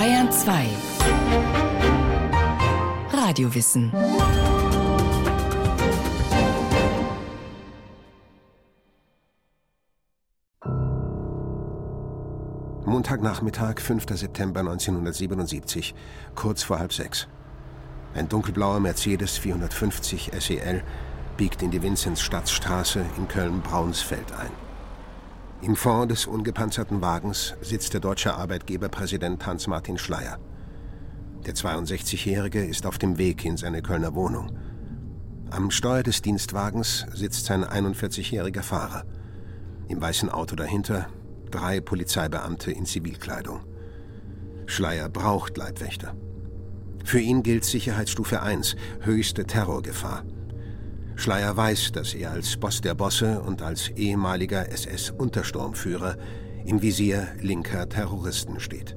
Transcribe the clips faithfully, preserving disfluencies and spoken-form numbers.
Bayern zwei. Radiowissen. Montagnachmittag, fünfter September neunzehnhundertsiebenundsiebzig, kurz vor halb sechs. Ein dunkelblauer Mercedes vierhundertfünfzig S E L biegt in die Vinzenz-Stadtstraße in Köln-Braunsfeld ein. Im Fond des ungepanzerten Wagens sitzt der deutsche Arbeitgeberpräsident Hans-Martin Schleyer. Der zweiundsechzigjährige ist auf dem Weg in seine Kölner Wohnung. Am Steuer des Dienstwagens sitzt sein einundvierzigjähriger Fahrer. Im weißen Auto dahinter drei Polizeibeamte in Zivilkleidung. Schleyer braucht Leibwächter. Für ihn gilt Sicherheitsstufe eins, höchste Terrorgefahr. Schleyer weiß, dass er als Boss der Bosse und als ehemaliger S S-Untersturmführer im Visier linker Terroristen steht.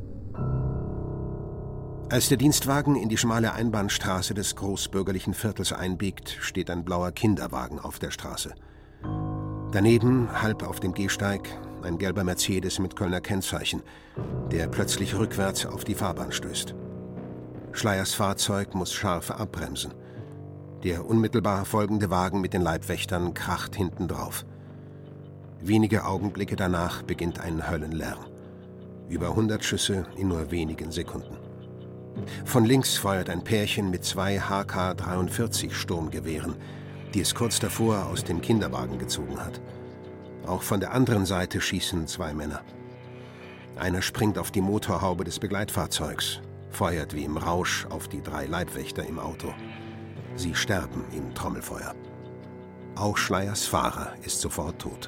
Als der Dienstwagen in die schmale Einbahnstraße des großbürgerlichen Viertels einbiegt, steht ein blauer Kinderwagen auf der Straße. Daneben, halb auf dem Gehsteig, ein gelber Mercedes mit Kölner Kennzeichen, der plötzlich rückwärts auf die Fahrbahn stößt. Schleyers Fahrzeug muss scharf abbremsen. Der unmittelbar folgende Wagen mit den Leibwächtern kracht hinten drauf. Wenige Augenblicke danach beginnt ein Höllenlärm. Über hundert Schüsse in nur wenigen Sekunden. Von links feuert ein Pärchen mit zwei H K dreiundvierzig Sturmgewehren, die es kurz davor aus dem Kinderwagen gezogen hat. Auch von der anderen Seite schießen zwei Männer. Einer springt auf die Motorhaube des Begleitfahrzeugs, feuert wie im Rausch auf die drei Leibwächter im Auto. Sie sterben im Trommelfeuer. Auch Schleyers Fahrer ist sofort tot.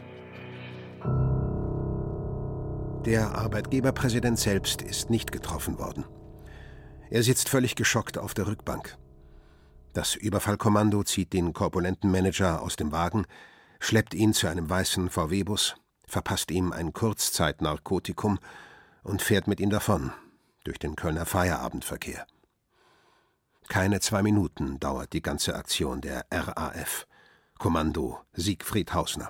Der Arbeitgeberpräsident selbst ist nicht getroffen worden. Er sitzt völlig geschockt auf der Rückbank. Das Überfallkommando zieht den korpulenten Manager aus dem Wagen, schleppt ihn zu einem weißen V W-Bus, verpasst ihm ein Kurzzeitnarkotikum und fährt mit ihm davon, durch den Kölner Feierabendverkehr. Keine zwei Minuten dauert die ganze Aktion der R A F. Kommando Siegfried Hausner.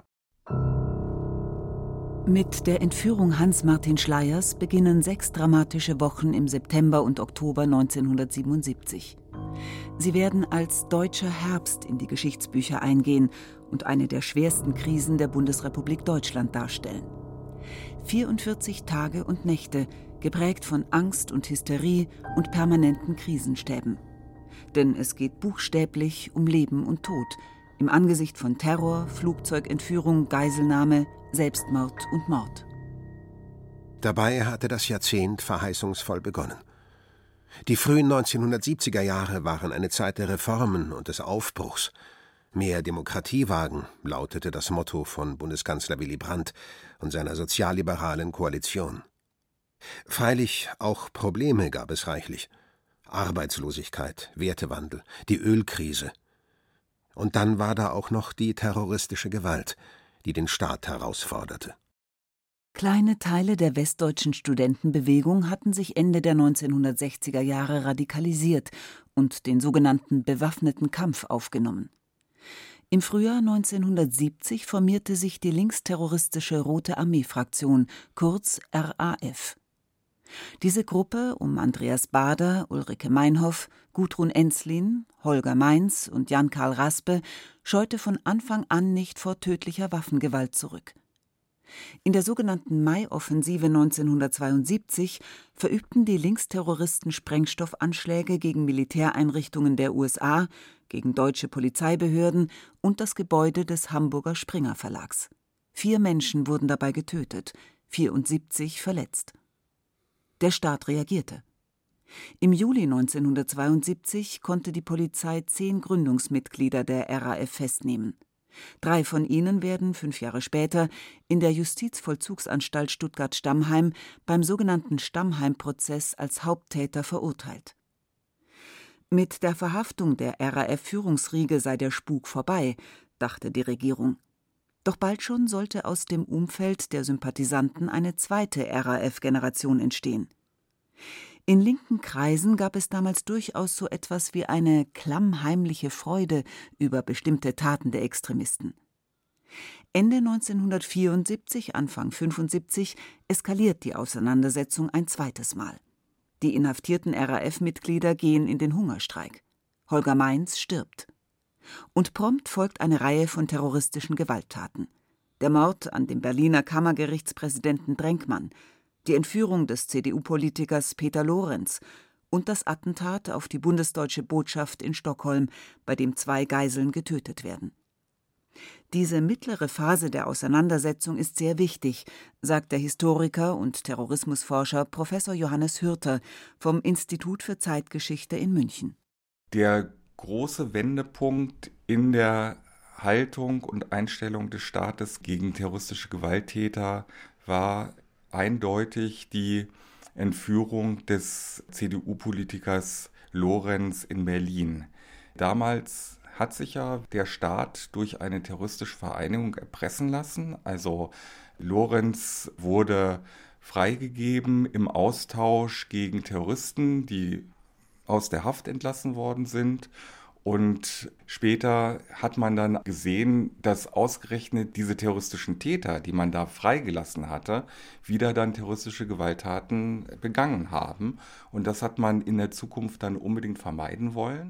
Mit der Entführung Hans-Martin Schleyers beginnen sechs dramatische Wochen im September und Oktober neunzehnhundertsiebenundsiebzig. Sie werden als deutscher Herbst in die Geschichtsbücher eingehen und eine der schwersten Krisen der Bundesrepublik Deutschland darstellen. vierundvierzig Tage und Nächte, geprägt von Angst und Hysterie und permanenten Krisenstäben. Denn es geht buchstäblich um Leben und Tod, im Angesicht von Terror, Flugzeugentführung, Geiselnahme, Selbstmord und Mord. Dabei hatte das Jahrzehnt verheißungsvoll begonnen. Die frühen neunzehnhundertsiebziger Jahre waren eine Zeit der Reformen und des Aufbruchs. Mehr Demokratie wagen, lautete das Motto von Bundeskanzler Willy Brandt und seiner sozialliberalen Koalition. Freilich, auch Probleme gab es reichlich. Arbeitslosigkeit, Wertewandel, die Ölkrise. Und dann war da auch noch die terroristische Gewalt, die den Staat herausforderte. Kleine Teile der westdeutschen Studentenbewegung hatten sich Ende der neunzehnhundertsechziger Jahre radikalisiert und den sogenannten bewaffneten Kampf aufgenommen. Im Frühjahr neunzehnhundertsiebzig formierte sich die linksterroristische Rote Armee-Fraktion, kurz R A F. Diese Gruppe um Andreas Baader, Ulrike Meinhof, Gudrun Ensslin, Holger Meins und Jan-Karl Raspe scheute von Anfang an nicht vor tödlicher Waffengewalt zurück. In der sogenannten Mai-Offensive neunzehnhundertzweiundsiebzig verübten die Linksterroristen Sprengstoffanschläge gegen Militäreinrichtungen der U S A, gegen deutsche Polizeibehörden und das Gebäude des Hamburger Springer Verlags. Vier Menschen wurden dabei getötet, vierundsiebzig verletzt. Der Staat reagierte. Im Juli neunzehnhundertzweiundsiebzig konnte die Polizei zehn Gründungsmitglieder der R A F festnehmen. Drei von ihnen werden fünf Jahre später in der Justizvollzugsanstalt Stuttgart-Stammheim beim sogenannten Stammheim-Prozess als Haupttäter verurteilt. Mit der Verhaftung der R A F-Führungsriege sei der Spuk vorbei, dachte die Regierung. Doch bald schon sollte aus dem Umfeld der Sympathisanten eine zweite R A F-Generation entstehen. In linken Kreisen gab es damals durchaus so etwas wie eine klammheimliche Freude über bestimmte Taten der Extremisten. Ende neunzehnhundertvierundsiebzig, Anfang fünfundsiebzig eskaliert die Auseinandersetzung ein zweites Mal. Die inhaftierten R A F-Mitglieder gehen in den Hungerstreik. Holger Meins stirbt. Und prompt folgt eine Reihe von terroristischen Gewalttaten. Der Mord an dem Berliner Kammergerichtspräsidenten Drenkmann, die Entführung des C D U-Politikers Peter Lorenz und das Attentat auf die bundesdeutsche Botschaft in Stockholm, bei dem zwei Geiseln getötet werden. Diese mittlere Phase der Auseinandersetzung ist sehr wichtig, sagt der Historiker und Terrorismusforscher Professor Johannes Hürter vom Institut für Zeitgeschichte in München. Der große Wendepunkt in der Haltung und Einstellung des Staates gegen terroristische Gewalttäter war eindeutig die Entführung des C D U-Politikers Lorenz in Berlin. Damals hat sich ja der Staat durch eine terroristische Vereinigung erpressen lassen. Also Lorenz wurde freigegeben im Austausch gegen Terroristen, die aus der Haft entlassen worden sind. Und später hat man dann gesehen, dass ausgerechnet diese terroristischen Täter, die man da freigelassen hatte, wieder dann terroristische Gewalttaten begangen haben. Und das hat man in der Zukunft dann unbedingt vermeiden wollen.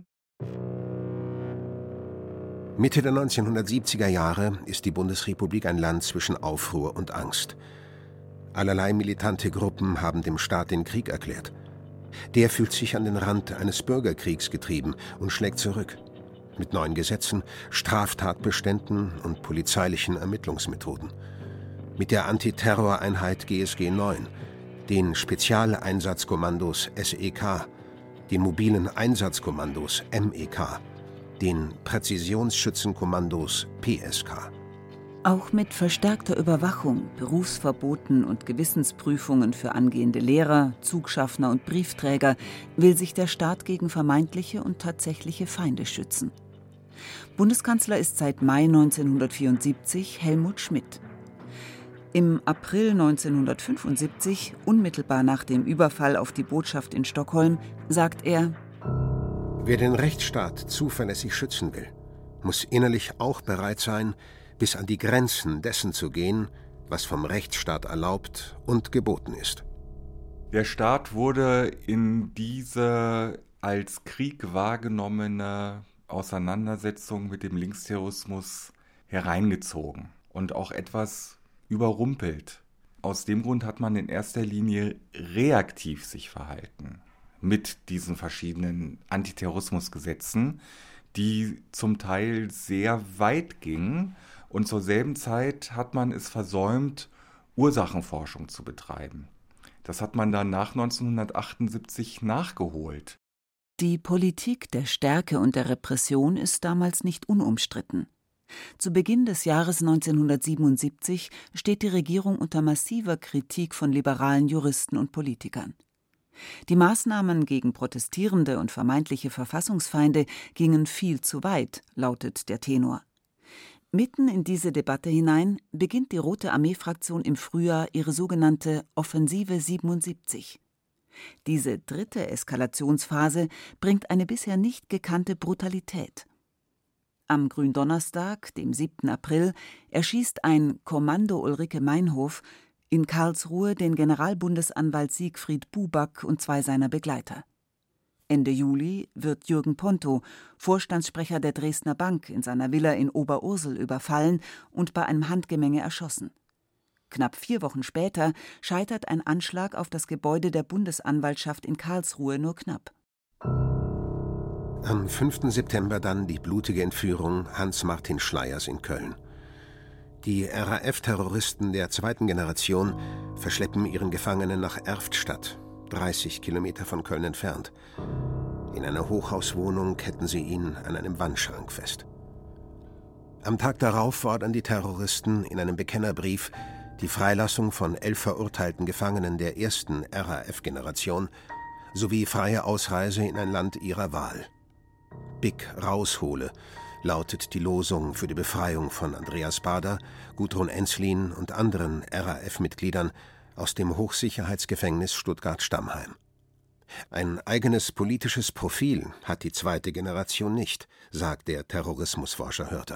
Mitte der neunzehnhundertsiebziger Jahre ist die Bundesrepublik ein Land zwischen Aufruhr und Angst. Allerlei militante Gruppen haben dem Staat den Krieg erklärt. Der fühlt sich an den Rand eines Bürgerkriegs getrieben und schlägt zurück. Mit neuen Gesetzen, Straftatbeständen und polizeilichen Ermittlungsmethoden. Mit der Antiterroreinheit G S G neun, den Spezialeinsatzkommandos S E K, den mobilen Einsatzkommandos M E K, den Präzisionsschützenkommandos P S K. Auch mit verstärkter Überwachung, Berufsverboten und Gewissensprüfungen für angehende Lehrer, Zugschaffner und Briefträger will sich der Staat gegen vermeintliche und tatsächliche Feinde schützen. Bundeskanzler ist seit Mai neunzehnhundertvierundsiebzig Helmut Schmidt. Im April neunzehnhundertfünfundsiebzig, unmittelbar nach dem Überfall auf die Botschaft in Stockholm, sagt er: Wer den Rechtsstaat zuverlässig schützen will, muss innerlich auch bereit sein, bis an die Grenzen dessen zu gehen, was vom Rechtsstaat erlaubt und geboten ist. Der Staat wurde in diese als Krieg wahrgenommene Auseinandersetzung mit dem Linksterrorismus hereingezogen und auch etwas überrumpelt. Aus dem Grund hat man in erster Linie reaktiv sich verhalten mit diesen verschiedenen Antiterrorismusgesetzen, die zum Teil sehr weit gingen. Und zur selben Zeit hat man es versäumt, Ursachenforschung zu betreiben. Das hat man dann nach neunzehnhundertachtundsiebzig nachgeholt. Die Politik der Stärke und der Repression ist damals nicht unumstritten. Zu Beginn des Jahres neunzehnhundertsiebenundsiebzig steht die Regierung unter massiver Kritik von liberalen Juristen und Politikern. Die Maßnahmen gegen Protestierende und vermeintliche Verfassungsfeinde gingen viel zu weit, lautet der Tenor. Mitten in diese Debatte hinein beginnt die Rote Armee-Fraktion im Frühjahr ihre sogenannte Offensive siebenundsiebzig. Diese dritte Eskalationsphase bringt eine bisher nicht gekannte Brutalität. Am Gründonnerstag, dem siebten April, erschießt ein Kommando Ulrike Meinhof in Karlsruhe den Generalbundesanwalt Siegfried Buback und zwei seiner Begleiter. Ende Juli wird Jürgen Ponto, Vorstandssprecher der Dresdner Bank, in seiner Villa in Oberursel überfallen und bei einem Handgemenge erschossen. Knapp vier Wochen später scheitert ein Anschlag auf das Gebäude der Bundesanwaltschaft in Karlsruhe nur knapp. Am fünften September dann die blutige Entführung Hans-Martin Schleyers in Köln. Die R A F-Terroristen der zweiten Generation verschleppen ihren Gefangenen nach Erftstadt, dreißig Kilometer von Köln entfernt. In einer Hochhauswohnung ketten sie ihn an einem Wandschrank fest. Am Tag darauf fordern die Terroristen in einem Bekennerbrief die Freilassung von elf verurteilten Gefangenen der ersten R A F-Generation sowie freie Ausreise in ein Land ihrer Wahl. Big raushole lautet die Losung für die Befreiung von Andreas Baader, Gudrun Ensslin und anderen R A F-Mitgliedern aus dem Hochsicherheitsgefängnis Stuttgart-Stammheim. Ein eigenes politisches Profil hat die zweite Generation nicht, sagt der Terrorismusforscher Hörter.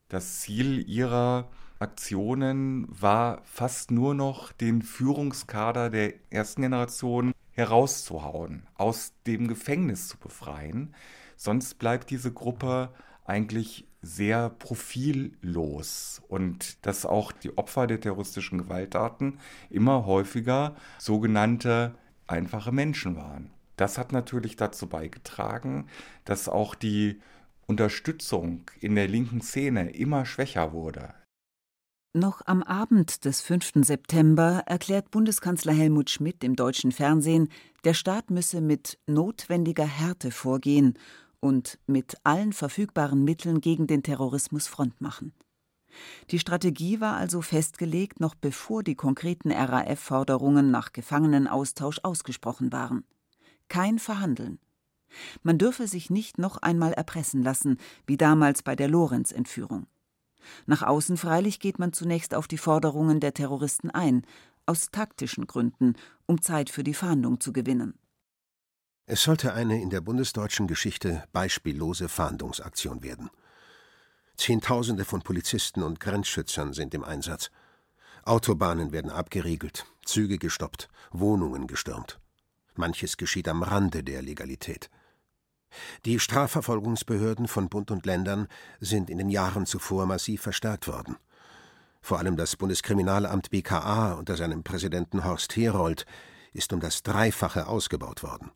Das Ziel ihrer Aktionen war fast nur noch, den Führungskader der ersten Generation herauszuhauen, aus dem Gefängnis zu befreien. Sonst bleibt diese Gruppe eigentlich sehr profillos und dass auch die Opfer der terroristischen Gewalttaten immer häufiger sogenannte einfache Menschen waren. Das hat natürlich dazu beigetragen, dass auch die Unterstützung in der linken Szene immer schwächer wurde. Noch am Abend des fünften September erklärt Bundeskanzler Helmut Schmidt im deutschen Fernsehen, der Staat müsse mit notwendiger Härte vorgehen und mit allen verfügbaren Mitteln gegen den Terrorismus Front machen. Die Strategie war also festgelegt, noch bevor die konkreten R A F-Forderungen nach Gefangenenaustausch ausgesprochen waren. Kein Verhandeln. Man dürfe sich nicht noch einmal erpressen lassen, wie damals bei der Lorenz-Entführung. Nach außen freilich geht man zunächst auf die Forderungen der Terroristen ein, aus taktischen Gründen, um Zeit für die Fahndung zu gewinnen. Es sollte eine in der bundesdeutschen Geschichte beispiellose Fahndungsaktion werden. Zehntausende von Polizisten und Grenzschützern sind im Einsatz. Autobahnen werden abgeriegelt, Züge gestoppt, Wohnungen gestürmt. Manches geschieht am Rande der Legalität. Die Strafverfolgungsbehörden von Bund und Ländern sind in den Jahren zuvor massiv verstärkt worden. Vor allem das Bundeskriminalamt B K A unter seinem Präsidenten Horst Herold ist um das Dreifache ausgebaut worden.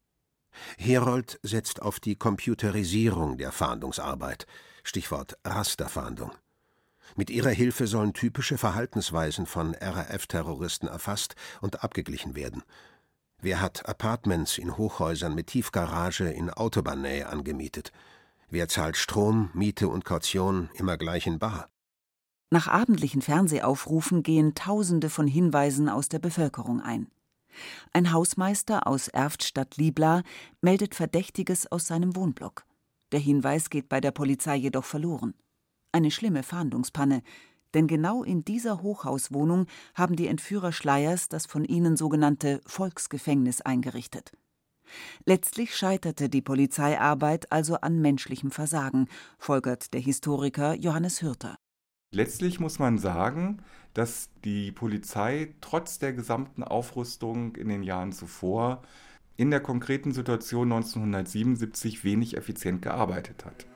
Herold setzt auf die Computerisierung der Fahndungsarbeit, Stichwort Rasterfahndung. Mit ihrer Hilfe sollen typische Verhaltensweisen von R A F-Terroristen erfasst und abgeglichen werden. Wer hat Apartments in Hochhäusern mit Tiefgarage in Autobahnnähe angemietet? Wer zahlt Strom, Miete und Kaution immer gleich in bar? Nach abendlichen Fernsehaufrufen gehen Tausende von Hinweisen aus der Bevölkerung ein. Ein Hausmeister aus Erftstadt-Liebla meldet Verdächtiges aus seinem Wohnblock. Der Hinweis geht bei der Polizei jedoch verloren. Eine schlimme Fahndungspanne, denn genau in dieser Hochhauswohnung haben die Entführer Schleyers das von ihnen sogenannte Volksgefängnis eingerichtet. Letztlich scheiterte die Polizeiarbeit also an menschlichem Versagen, folgert der Historiker Johannes Hürter. Letztlich muss man sagen, dass die Polizei trotz der gesamten Aufrüstung in den Jahren zuvor in der konkreten Situation neunzehnhundertsiebenundsiebzig wenig effizient gearbeitet hat.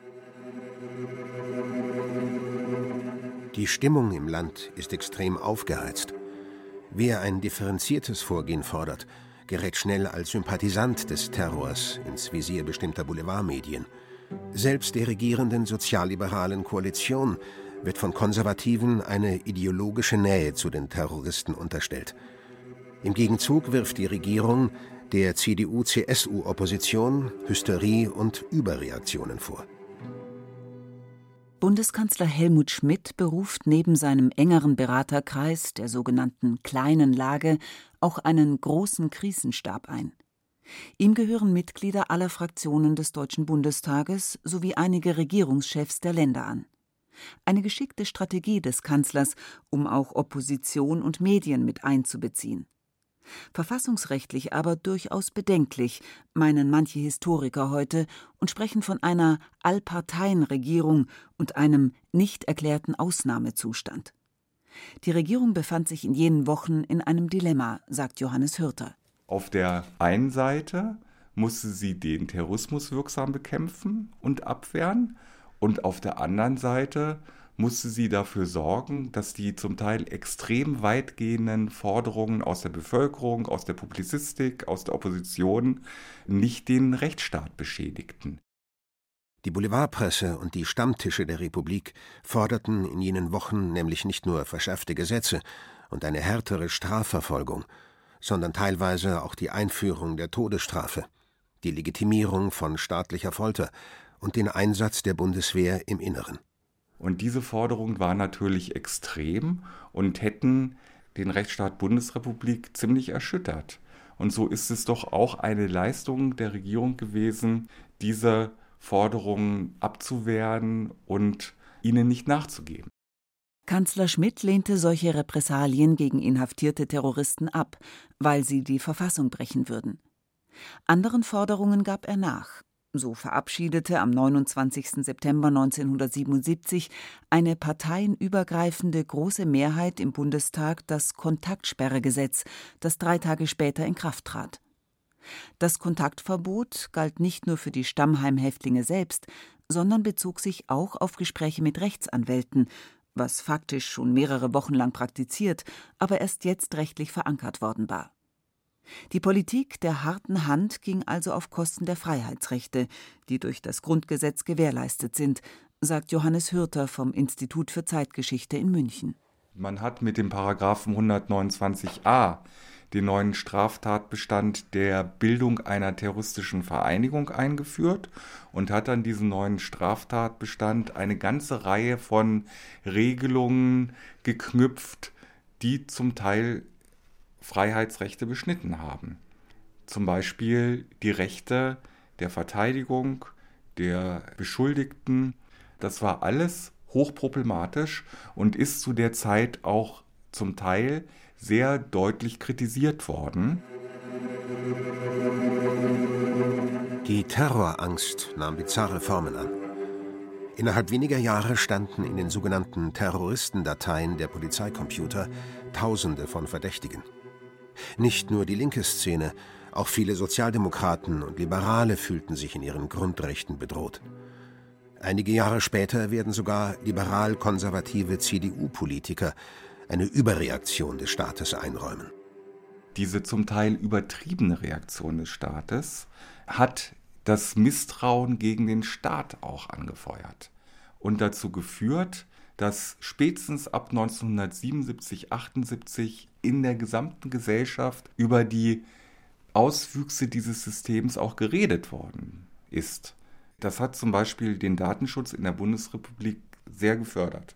Die Stimmung im Land ist extrem aufgeheizt. Wer ein differenziertes Vorgehen fordert, gerät schnell als Sympathisant des Terrors ins Visier bestimmter Boulevardmedien. Selbst der regierenden sozialliberalen Koalition wird von Konservativen eine ideologische Nähe zu den Terroristen unterstellt. Im Gegenzug wirft die Regierung der C D U-C S U-Opposition Hysterie und Überreaktionen vor. Bundeskanzler Helmut Schmidt beruft neben seinem engeren Beraterkreis, der sogenannten Kleinen Lage, auch einen großen Krisenstab ein. Ihm gehören Mitglieder aller Fraktionen des Deutschen Bundestages sowie einige Regierungschefs der Länder an. Eine geschickte Strategie des Kanzlers, um auch Opposition und Medien mit einzubeziehen. Verfassungsrechtlich aber durchaus bedenklich, meinen manche Historiker heute und sprechen von einer Allparteienregierung und einem nicht erklärten Ausnahmezustand. Die Regierung befand sich in jenen Wochen in einem Dilemma, sagt Johannes Hürter. Auf der einen Seite musste sie den Terrorismus wirksam bekämpfen und abwehren, und auf der anderen Seite musste sie dafür sorgen, dass die zum Teil extrem weitgehenden Forderungen aus der Bevölkerung, aus der Publizistik, aus der Opposition nicht den Rechtsstaat beschädigten. Die Boulevardpresse und die Stammtische der Republik forderten in jenen Wochen nämlich nicht nur verschärfte Gesetze und eine härtere Strafverfolgung, sondern teilweise auch die Einführung der Todesstrafe, die Legitimierung von staatlicher Folter und den Einsatz der Bundeswehr im Inneren. Und diese Forderungen waren natürlich extrem und hätten den Rechtsstaat Bundesrepublik ziemlich erschüttert. Und so ist es doch auch eine Leistung der Regierung gewesen, diese Forderungen abzuwehren und ihnen nicht nachzugeben. Kanzler Schmidt lehnte solche Repressalien gegen inhaftierte Terroristen ab, weil sie die Verfassung brechen würden. Anderen Forderungen gab er nach. So verabschiedete am neunundzwanzigsten September neunzehnhundertsiebenundsiebzig eine parteienübergreifende große Mehrheit im Bundestag das Kontaktsperregesetz, das drei Tage später in Kraft trat. Das Kontaktverbot galt nicht nur für die Stammheim-Häftlinge selbst, sondern bezog sich auch auf Gespräche mit Rechtsanwälten, was faktisch schon mehrere Wochen lang praktiziert, aber erst jetzt rechtlich verankert worden war. Die Politik der harten Hand ging also auf Kosten der Freiheitsrechte, die durch das Grundgesetz gewährleistet sind, sagt Johannes Hürter vom Institut für Zeitgeschichte in München. Man hat mit dem Paragraphen hundertneunundzwanzig a den neuen Straftatbestand der Bildung einer terroristischen Vereinigung eingeführt und hat an diesen neuen Straftatbestand eine ganze Reihe von Regelungen geknüpft, die zum Teil Freiheitsrechte beschnitten haben. Zum Beispiel die Rechte der Verteidigung, der Beschuldigten. Das war alles hochproblematisch und ist zu der Zeit auch zum Teil sehr deutlich kritisiert worden. Die Terrorangst nahm bizarre Formen an. Innerhalb weniger Jahre standen in den sogenannten Terroristendateien der Polizeicomputer Tausende von Verdächtigen. Nicht nur die linke Szene, auch viele Sozialdemokraten und Liberale fühlten sich in ihren Grundrechten bedroht. Einige Jahre später werden sogar liberal-konservative C D U-Politiker eine Überreaktion des Staates einräumen. Diese zum Teil übertriebene Reaktion des Staates hat das Misstrauen gegen den Staat auch angefeuert und dazu geführt, dass spätestens ab neunzehnhundertsiebenundsiebzig, achtundsiebzig in der gesamten Gesellschaft über die Auswüchse dieses Systems auch geredet worden ist. Das hat zum Beispiel den Datenschutz in der Bundesrepublik sehr gefördert.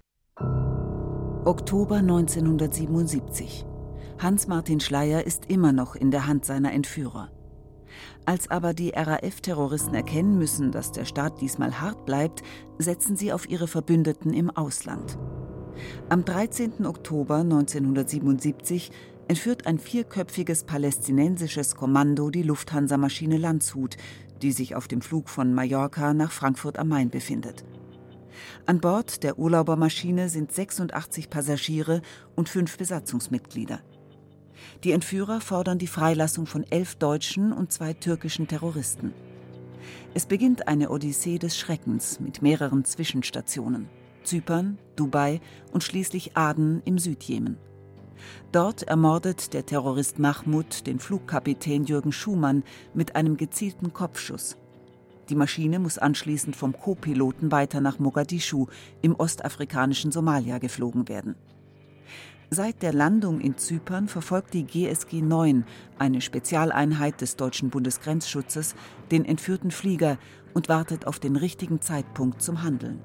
Oktober neunzehnhundertsiebenundsiebzig. Hans-Martin Schleyer ist immer noch in der Hand seiner Entführer. Als aber die R A F-Terroristen erkennen müssen, dass der Staat diesmal hart bleibt, setzen sie auf ihre Verbündeten im Ausland. Am dreizehnten Oktober neunzehnhundertsiebenundsiebzig entführt ein vierköpfiges palästinensisches Kommando die Lufthansa-Maschine Landshut, die sich auf dem Flug von Mallorca nach Frankfurt am Main befindet. An Bord der Urlaubermaschine sind sechsundachtzig Passagiere und fünf Besatzungsmitglieder. Die Entführer fordern die Freilassung von elf deutschen und zwei türkischen Terroristen. Es beginnt eine Odyssee des Schreckens mit mehreren Zwischenstationen: Zypern, Dubai und schließlich Aden im Südjemen. Dort ermordet der Terrorist Mahmoud den Flugkapitän Jürgen Schumann mit einem gezielten Kopfschuss. Die Maschine muss anschließend vom Co-Piloten weiter nach Mogadischu im ostafrikanischen Somalia geflogen werden. Seit der Landung in Zypern verfolgt die G S G neun, eine Spezialeinheit des deutschen Bundesgrenzschutzes, den entführten Flieger und wartet auf den richtigen Zeitpunkt zum Handeln.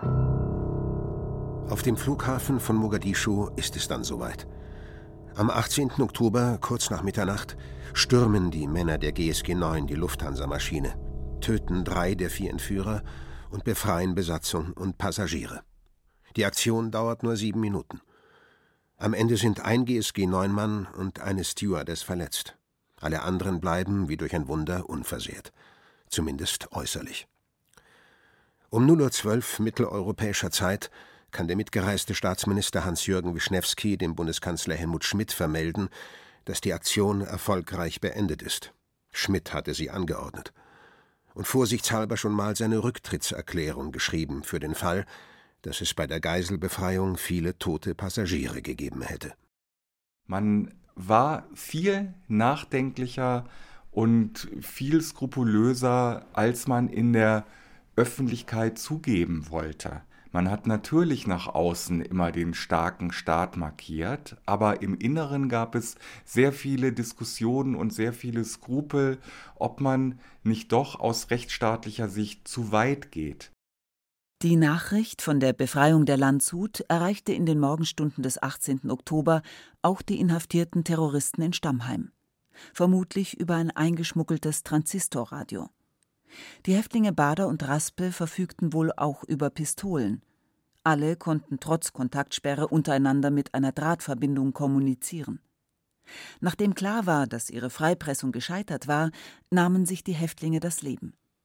Auf dem Flughafen von Mogadischu ist es dann soweit. Am achtzehnten Oktober, kurz nach Mitternacht, stürmen die Männer der G S G neun die Lufthansa-Maschine, töten drei der vier Entführer und befreien Besatzung und Passagiere. Die Aktion dauert nur sieben Minuten. Am Ende sind ein G S G neun Mann und eine Stewardess verletzt. Alle anderen bleiben, wie durch ein Wunder, unversehrt. Zumindest äußerlich. Um null Uhr zwölf mitteleuropäischer Zeit kann der mitgereiste Staatsminister Hans-Jürgen Wischnewski dem Bundeskanzler Helmut Schmidt vermelden, dass die Aktion erfolgreich beendet ist. Schmidt hatte sie angeordnet. Und vorsichtshalber schon mal seine Rücktrittserklärung geschrieben für den Fall, dass es bei der Geiselbefreiung viele tote Passagiere gegeben hätte. Man war viel nachdenklicher und viel skrupulöser, als man in der Öffentlichkeit zugeben wollte. Man hat natürlich nach außen immer den starken Staat markiert, aber im Inneren gab es sehr viele Diskussionen und sehr viele Skrupel, ob man nicht doch aus rechtsstaatlicher Sicht zu weit geht. Die Nachricht von der Befreiung der Landshut erreichte in den Morgenstunden des achtzehnten Oktober auch die inhaftierten Terroristen in Stammheim. Vermutlich über ein eingeschmuggeltes Transistorradio. Die Häftlinge Bader und Raspe verfügten wohl auch über Pistolen. Alle konnten trotz Kontaktsperre untereinander mit einer Drahtverbindung kommunizieren. Nachdem klar war, dass ihre Freipressung gescheitert war, nahmen sich die Häftlinge das Leben.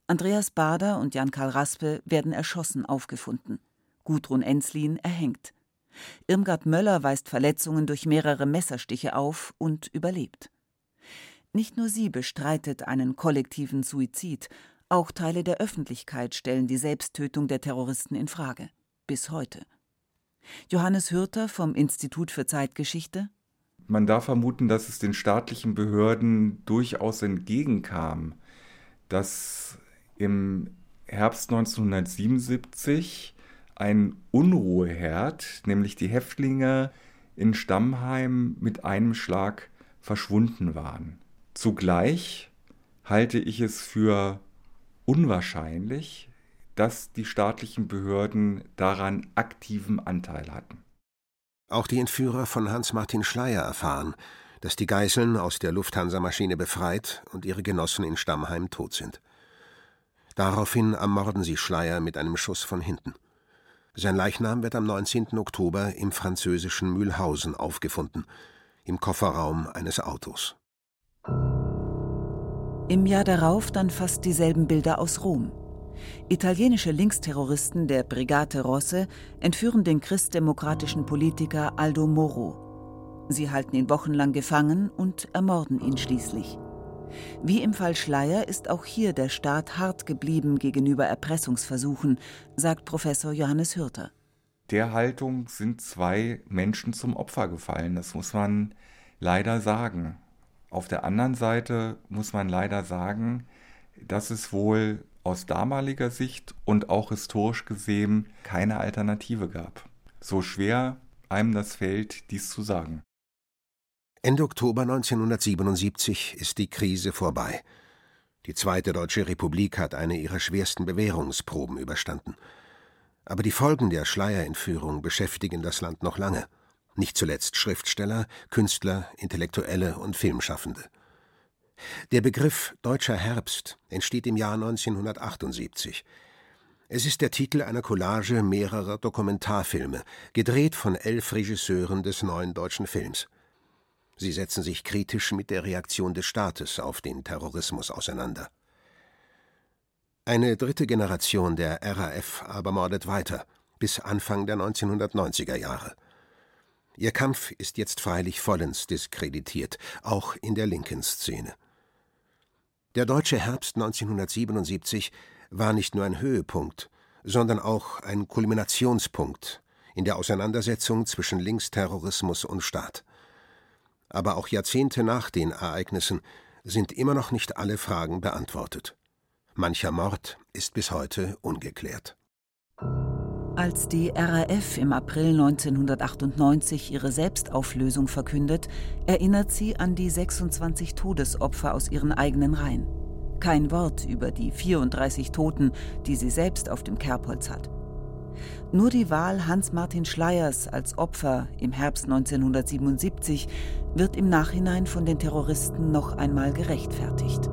Andreas Baader und Jan-Karl Raspe werden erschossen aufgefunden. Gudrun Ensslin erhängt. Irmgard Möller weist Verletzungen durch mehrere Messerstiche auf und überlebt. Nicht nur sie bestreitet einen kollektiven Suizid, auch Teile der Öffentlichkeit stellen die Selbsttötung der Terroristen in Frage. Bis heute. Johannes Hürter vom Institut für Zeitgeschichte: Man darf vermuten, dass es den staatlichen Behörden durchaus entgegenkam, dass im Herbst neunzehnhundertsiebenundsiebzig ein Unruheherd, nämlich die Häftlinge in Stammheim, mit einem Schlag verschwunden waren. Zugleich halte ich es für unwahrscheinlich, dass die staatlichen Behörden daran aktiven Anteil hatten. Auch die Entführer von Hans-Martin Schleyer erfahren, dass die Geiseln aus der Lufthansa-Maschine befreit und ihre Genossen in Stammheim tot sind. Daraufhin ermorden sie Schleyer mit einem Schuss von hinten. Sein Leichnam wird am neunzehnten Oktober im französischen Mühlhausen aufgefunden, im Kofferraum eines Autos. Im Jahr darauf dann fast dieselben Bilder aus Rom. Italienische Linksterroristen der Brigate Rosse entführen den christdemokratischen Politiker Aldo Moro. Sie halten ihn wochenlang gefangen und ermorden ihn schließlich. Wie im Fall Schleyer ist auch hier der Staat hart geblieben gegenüber Erpressungsversuchen, sagt Professor Johannes Hürter. Der Haltung sind zwei Menschen zum Opfer gefallen, das muss man leider sagen. Auf der anderen Seite muss man leider sagen, dass es wohl aus damaliger Sicht und auch historisch gesehen keine Alternative gab. So schwer einem das fällt, dies zu sagen. Ende Oktober neunzehnhundertsiebenundsiebzig ist die Krise vorbei. Die Zweite Deutsche Republik hat eine ihrer schwersten Bewährungsproben überstanden. Aber die Folgen der Schleyer-Entführung beschäftigen das Land noch lange. Nicht zuletzt Schriftsteller, Künstler, Intellektuelle und Filmschaffende. Der Begriff »Deutscher Herbst« entsteht im Jahr neunzehnhundertachtundsiebzig. Es ist der Titel einer Collage mehrerer Dokumentarfilme, gedreht von elf Regisseuren des neuen deutschen Films. Sie setzen sich kritisch mit der Reaktion des Staates auf den Terrorismus auseinander. Eine dritte Generation der R A F aber mordet weiter, bis Anfang der neunzehnhundertneunziger Jahre. Ihr Kampf ist jetzt freilich vollends diskreditiert, auch in der linken Szene. Der deutsche Herbst neunzehnhundertsiebenundsiebzig war nicht nur ein Höhepunkt, sondern auch ein Kulminationspunkt in der Auseinandersetzung zwischen Linksterrorismus und Staat. Aber auch Jahrzehnte nach den Ereignissen sind immer noch nicht alle Fragen beantwortet. Mancher Mord ist bis heute ungeklärt. Als die R A F im April neunzehnhundertachtundneunzig ihre Selbstauflösung verkündet, erinnert sie an die sechsundzwanzig Todesopfer aus ihren eigenen Reihen. Kein Wort über die vierunddreißig Toten, die sie selbst auf dem Kerbholz hat. Nur die Wahl Hans-Martin Schleyers als Opfer im Herbst neunzehnhundertsiebenundsiebzig wird im Nachhinein von den Terroristen noch einmal gerechtfertigt.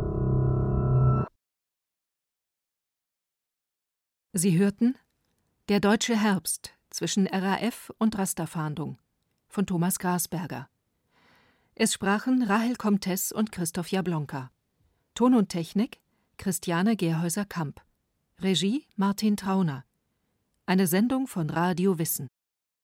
Sie hörten »Der deutsche Herbst zwischen R A F und Rasterfahndung« von Thomas Grasberger. Es sprachen Rahel Comtes und Christoph Jablonka. Ton und Technik Christiane Gerhäuser-Kamp. Regie Martin Trauner. Eine Sendung von Radio Wissen.